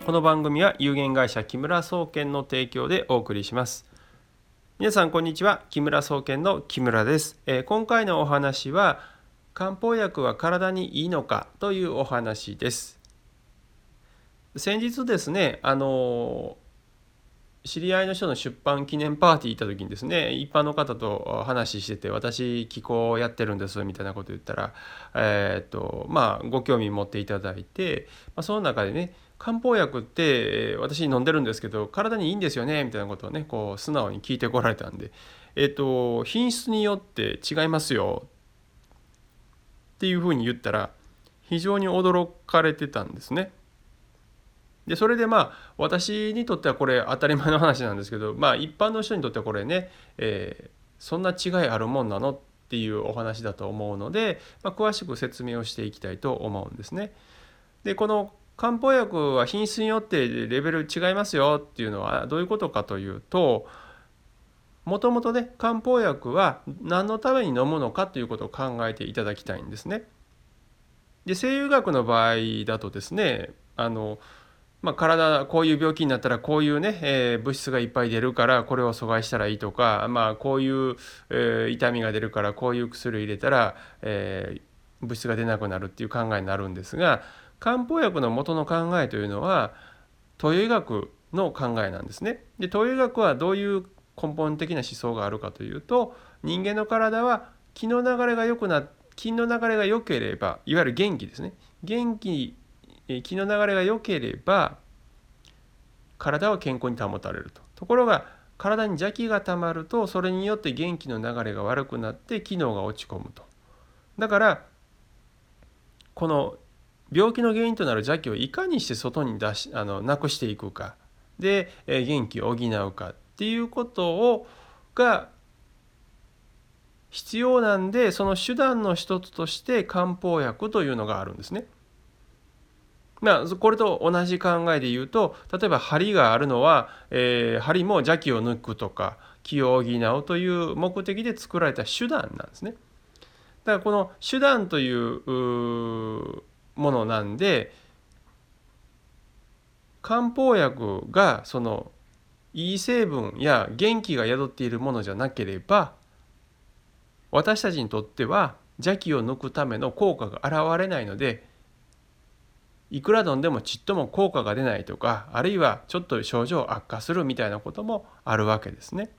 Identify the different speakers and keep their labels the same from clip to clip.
Speaker 1: この番組は有限会社木村総研の提供でお送りします。皆さんこんにちは。木村総研の木村です。今回のお話は漢方薬は体にいいのかというお話です。先日ですね、知り合いの人の出版記念パーティー行った時にですね、一般の方と話してて、私気候をやってるんですみたいなこと言ったら、ご興味持っていただいて、その中でね、漢方薬って私飲んでるんですけど体にいいんですよねみたいなことをねこう素直に聞いてこられたんで、品質によって違いますよっていうふうに言ったら非常に驚かれてたんですね。でそれで私にとってはこれ当たり前の話なんですけど、一般の人にとってはこれね、そんな違いあるもんなのっていうお話だと思うので、詳しく説明をしていきたいと思うんですね。でこの漢方薬は品質によってレベル違いますよっていうのはどういうことかというと、もともとね漢方薬は何のために飲むのかということを考えていただきたいんですね。で西洋医学の場合だとですね、体こういう病気になったらこういうね、物質がいっぱい出るからこれを阻害したらいいとか、こういう、痛みが出るからこういう薬を入れたら、物質が出なくなるっていう考えになるんですが、漢方薬の元の考えというのは東洋医学の考えなんですね。で東洋医学はどういう根本的な思想があるかというと、人間の体は気の流れが良くな気の流れが良ければ、いわゆる元気ですね、気の流れが良ければ体は健康に保たれると。ところが体に邪気がたまるとそれによって元気の流れが悪くなって機能が落ち込むと。だからこの病気の原因となる邪気をいかにして外になくしていくかで、元気を補うかっていうことが必要なんで、その手段の一つとして漢方薬というのがあるんですね。これと同じ考えで言うと、例えば針があるのは、針も邪気を抜くとか気を補うという目的で作られた手段なんですね。だからこの手段というものなんで、漢方薬がそのいい成分や元気が宿っているものじゃなければ、私たちにとっては邪気を抜くための効果が現れないので、いくら飲んでもちっとも効果が出ないとか、あるいはちょっと症状悪化するみたいなこともあるわけですね。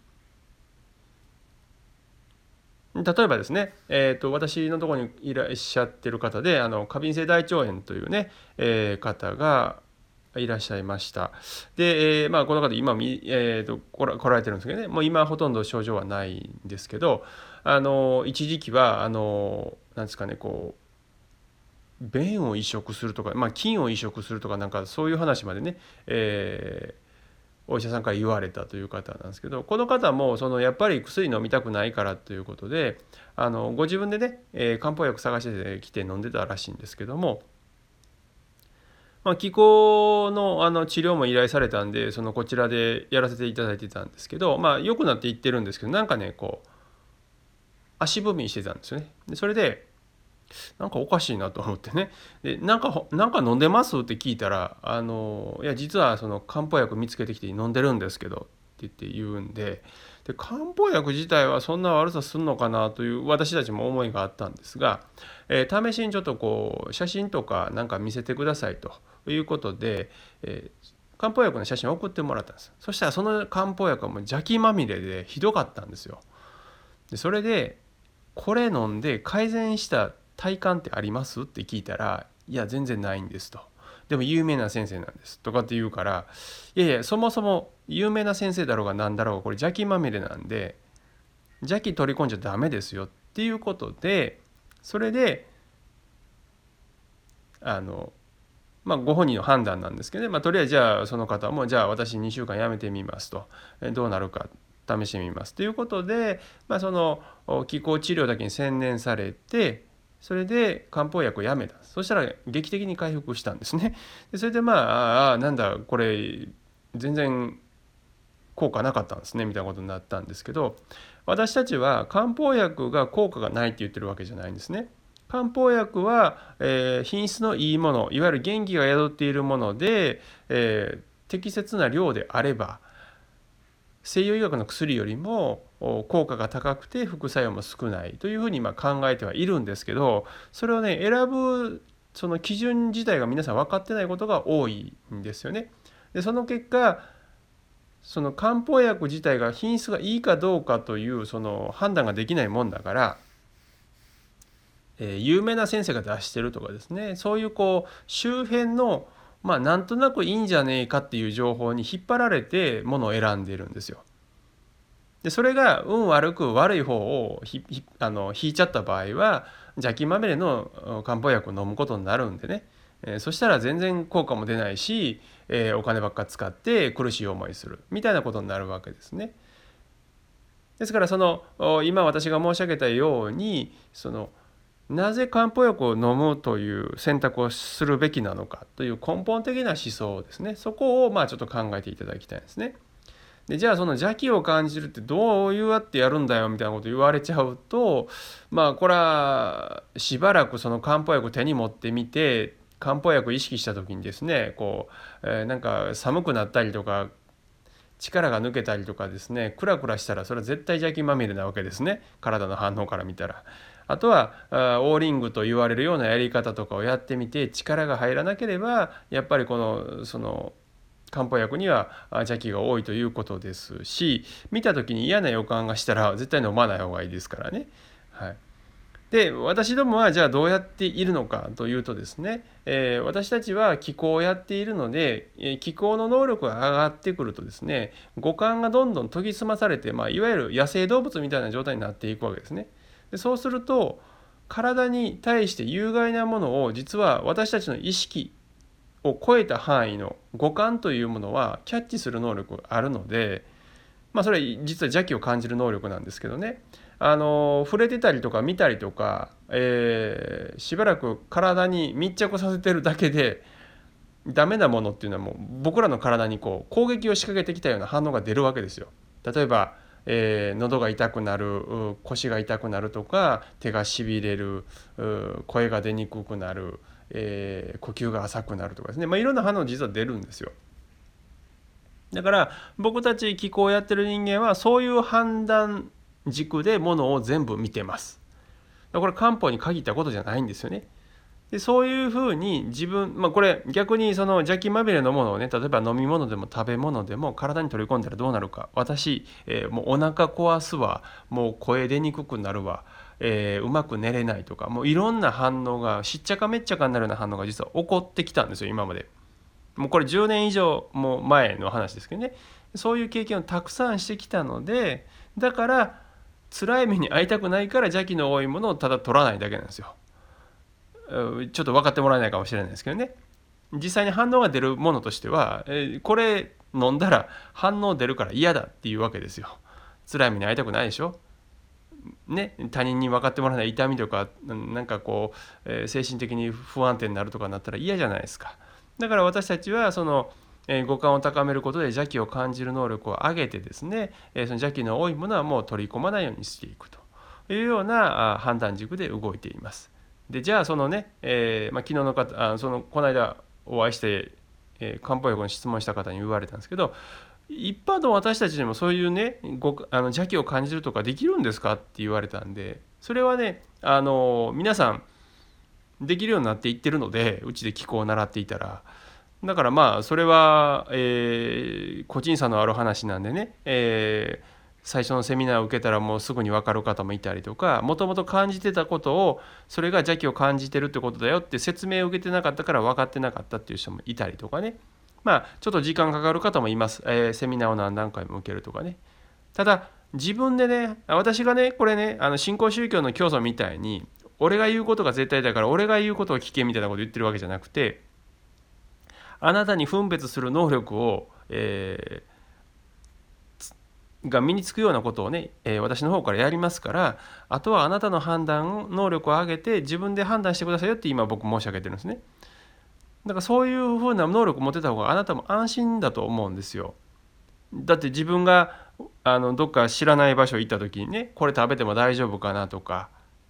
Speaker 1: 例えばですね、私のところにいらっしゃってる方で過敏性大腸炎というね、方がいらっしゃいました。で、この方今、来られてるんですけどね、もう今ほとんど症状はないんですけど、一時期はなんですかね、こう便を移植するとか、菌を移植するとか、なんかそういう話までね、お医者さんから言われたという方なんですけど、この方もやっぱり薬飲みたくないからということでご自分でね、漢方薬探してきて飲んでたらしいんですけども、気候の治療も依頼されたんでこちらでやらせていただいてたんですけど、良くなっていってるんですけど、なんかねこう足踏みしてたんですよね。でそれでなんかおかしいなと思ってね、でなんか飲んでますって聞いたら、いや実はその漢方薬見つけてきて飲んでるんですけどって言うんで、漢方薬自体はそんな悪さすんのかなという私たちも思いがあったんですが、試しにちょっとこう写真とかなんか見せてくださいということで、漢方薬の写真を送ってもらったんです。そしたらその漢方薬はもう邪気まみれでひどかったんですよ。でそれでこれ飲んで改善した体感ってありますって聞いたら、いや全然ないんですと。でも有名な先生なんですとかって言うから、いやいやそもそも有名な先生だろうが何だろうがこれ邪気まみれなんで邪気取り込んじゃダメですよっていうことで、それでご本人の判断なんですけどね、とりあえずじゃあその方もじゃあ私2週間やめてみますと、どうなるか試してみますということで、その気候治療だけに専念されて、それで漢方薬をやめた。そしたら劇的に回復したんですね。でそれでなんだこれ全然効果なかったんですねみたいなことになったんですけど、私たちは漢方薬が効果がないって言ってるわけじゃないんですね。 漢方薬は、品質のいいもの、いわゆる元気が宿っているもので、適切な量であれば西洋医学の薬よりも効果が高くて副作用も少ないというふうに考えてはいるんですけど、それをね選ぶその基準自体が皆さん分かってないことが多いんですよね。でその結果その漢方薬自体が品質がいいかどうかというその判断ができないもんだから、有名な先生が出してるとかですね、そういう周辺のなんとなくいいんじゃねえかっていう情報に引っ張られてものを選んでいるんですよ。でそれが運悪く悪い方を引いちゃった場合は邪気まみれの漢方薬を飲むことになるんでね、そしたら全然効果も出ないし、お金ばっか使って苦しい思いするみたいなことになるわけですね。ですから今私が申し上げたようになぜ漢方薬を飲むという選択をするべきなのかという根本的な思想ですね、そこをちょっと考えていただきたいですね。でじゃあその邪気を感じるってどうやってやるんだよみたいなこと言われちゃうと、これはしばらくその漢方薬を手に持ってみて漢方薬を意識した時にですねなんか寒くなったりとか力が抜けたりとかですねクラクラしたらそれは絶対邪気まみれなわけですね、体の反応から見たら。あとはオーリングと言われるようなやり方とかをやってみて力が入らなければやっぱりその漢方薬には邪気が多いということですし、見た時に嫌な予感がしたら絶対飲まない方がいいですからね。はい、で私どもはじゃあどうやっているのかというとですね、私たちは気候をやっているので、気候の能力が上がってくるとですね五感がどんどん研ぎ澄まされて、いわゆる野生動物みたいな状態になっていくわけですね。でそうすると体に対して有害なものを実は私たちの意識を超えた範囲の五感というものはキャッチする能力があるので、それは実は邪気を感じる能力なんですけどね、触れてたりとか見たりとか、しばらく体に密着させてるだけでダメなものっていうのはもう僕らの体に攻撃を仕掛けてきたような反応が出るわけですよ。例えば、喉が痛くなる、腰が痛くなるとか手がしびれる、声が出にくくなる、呼吸が浅くなるとかですね、いろんな反応実は出るんですよ。だから僕たち気候をやってる人間はそういう判断軸でものを全部見てます。これ漢方に限ったことじゃないんですよね。でそういうふうに自分、これ逆にその邪気まみれのものをね、例えば飲み物でも食べ物でも体に取り込んだらどうなるか。私、もうお腹壊すわ、もう声出にくくなるわ、うまく寝れないとか、もういろんな反応がしっちゃかめっちゃかになるような反応が実は起こってきたんですよ、今まで。もうこれ10年以上も前の話ですけどね。そういう経験をたくさんしてきたので、だから辛い目に遭いたくないから邪気の多いものをただ取らないだけなんですよ。ちょっと分かってもらえないかもしれないですけどね、実際に反応が出るものとしては、これ飲んだら反応出るから嫌だっていうわけですよ。辛い目に遭いたくないでしょ、ね、他人に分かってもらえない痛みとかなんか精神的に不安定になるとかなったら嫌じゃないですか。だから私たちは五感を高めることで邪気を感じる能力を上げてですね、その邪気の多いものはもう取り込まないようにしていくというような判断軸で動いています。でじゃあ昨日の方この間お会いして、漢方薬の質問した方に言われたんですけど、一般の私たちでもそういうね邪気を感じるとかできるんですかって言われたんで、それはね皆さんできるようになっていってるので、うちで気候を習っていたら、だからそれは、個人差のある話なんでね、最初のセミナーを受けたらもうすぐに分かる方もいたりとか、もともと感じてたことをそれが邪気を感じてるってことだよって説明を受けてなかったから分かってなかったっていう人もいたりとかね、ちょっと時間かかる方もいます、セミナーを何段階も受けるとかね。ただ自分でね、私がねこれね新興宗教の教祖みたいに俺が言うことが絶対だから俺が言うことを聞けみたいなことを言ってるわけじゃなくて、あなたに分別する能力を、が身につくようなことをね、私の方からやりますから、あとはあなたの判断能力を上げて自分で判断してくださいよって今僕申し上げてるんですね。だからそういうふうな能力を持ってた方があなたも安心だと思うんですよ。だって自分がどっか知らない場所行った時にね、これ食べても大丈夫かなとか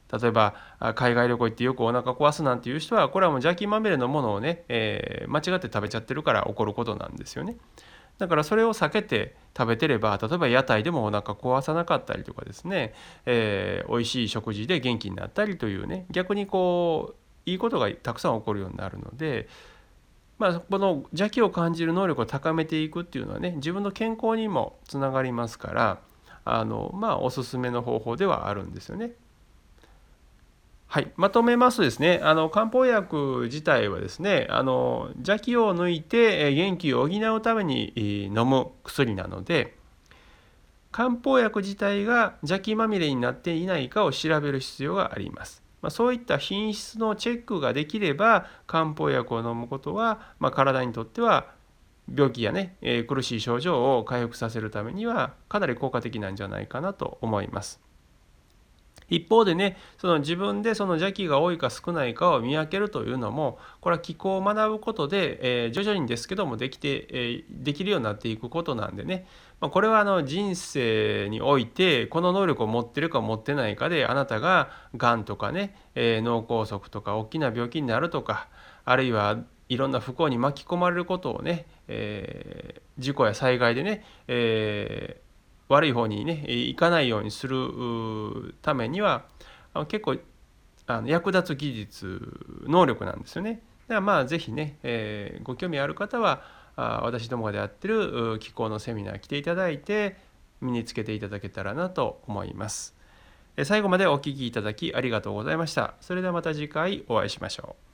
Speaker 1: 例えば海外旅行行ってよくお腹壊すなんていう人は、これはもう邪気まみれのものをね、間違って食べちゃってるから起こることなんですよね。だからそれを避けて食べてれば、例えば屋台でもお腹壊さなかったりとかですね、美味しい食事で元気になったりというね、逆にこういいことがたくさん起こるようになるので、この邪気を感じる能力を高めていくっていうのはね、自分の健康にもつながりますから、おすすめの方法ではあるんですよね。はい、まとめますとですね、漢方薬自体はですね、邪気を抜いて元気を補うために飲む薬なので、漢方薬自体が邪気まみれになっていないかを調べる必要があります。そういった品質のチェックができれば、漢方薬を飲むことは、体にとっては病気やね、苦しい症状を回復させるためにはかなり効果的なんじゃないかなと思います。一方でね、その自分でその邪気が多いか少ないかを見分けるというのも、これは気候を学ぶことで、徐々にですけどもできるようになっていくことなんでね、これは人生においてこの能力を持ってるか持ってないかで、あなたががんとかね、脳梗塞とか大きな病気になるとか、あるいはいろんな不幸に巻き込まれることをね、事故や災害でね、悪い方にね行かないようにするためには結構役立つ技術能力なんですよね。だからぜひね、ご興味ある方は私どもがやってる気候のセミナー来ていただいて身につけていただけたらなと思います。最後までお聞きいただきありがとうございました。それではまた次回お会いしましょう。